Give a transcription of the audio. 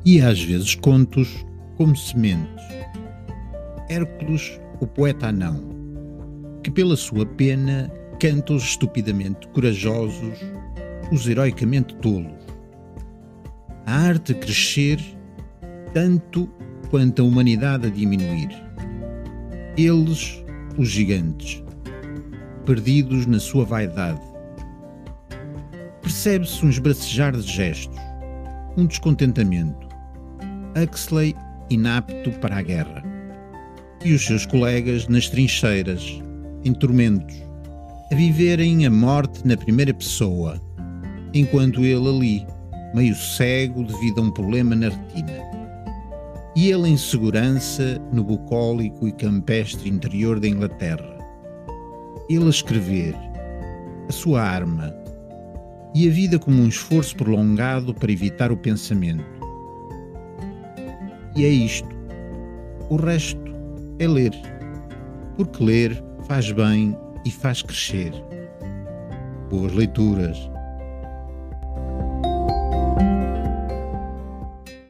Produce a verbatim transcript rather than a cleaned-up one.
e às vezes contos como sementes. Hércules, o poeta anão, que pela sua pena canta os estupidamente corajosos, os heroicamente tolos. A arte a crescer tanto quanto a humanidade a diminuir. Eles, os gigantes, perdidos na sua vaidade. Percebe-se um esbracejar de gestos, um descontentamento. Huxley inapto para a guerra. E os seus colegas nas trincheiras, em tormentos, a viverem a morte na primeira pessoa, enquanto ele ali, meio cego devido a um problema na retina. E ele em segurança no bucólico e campestre interior da Inglaterra. Ele a escrever, a sua arma, e a vida como um esforço prolongado para evitar o pensamento. E é isto. O resto é ler, porque ler faz bem e faz crescer. Boas leituras.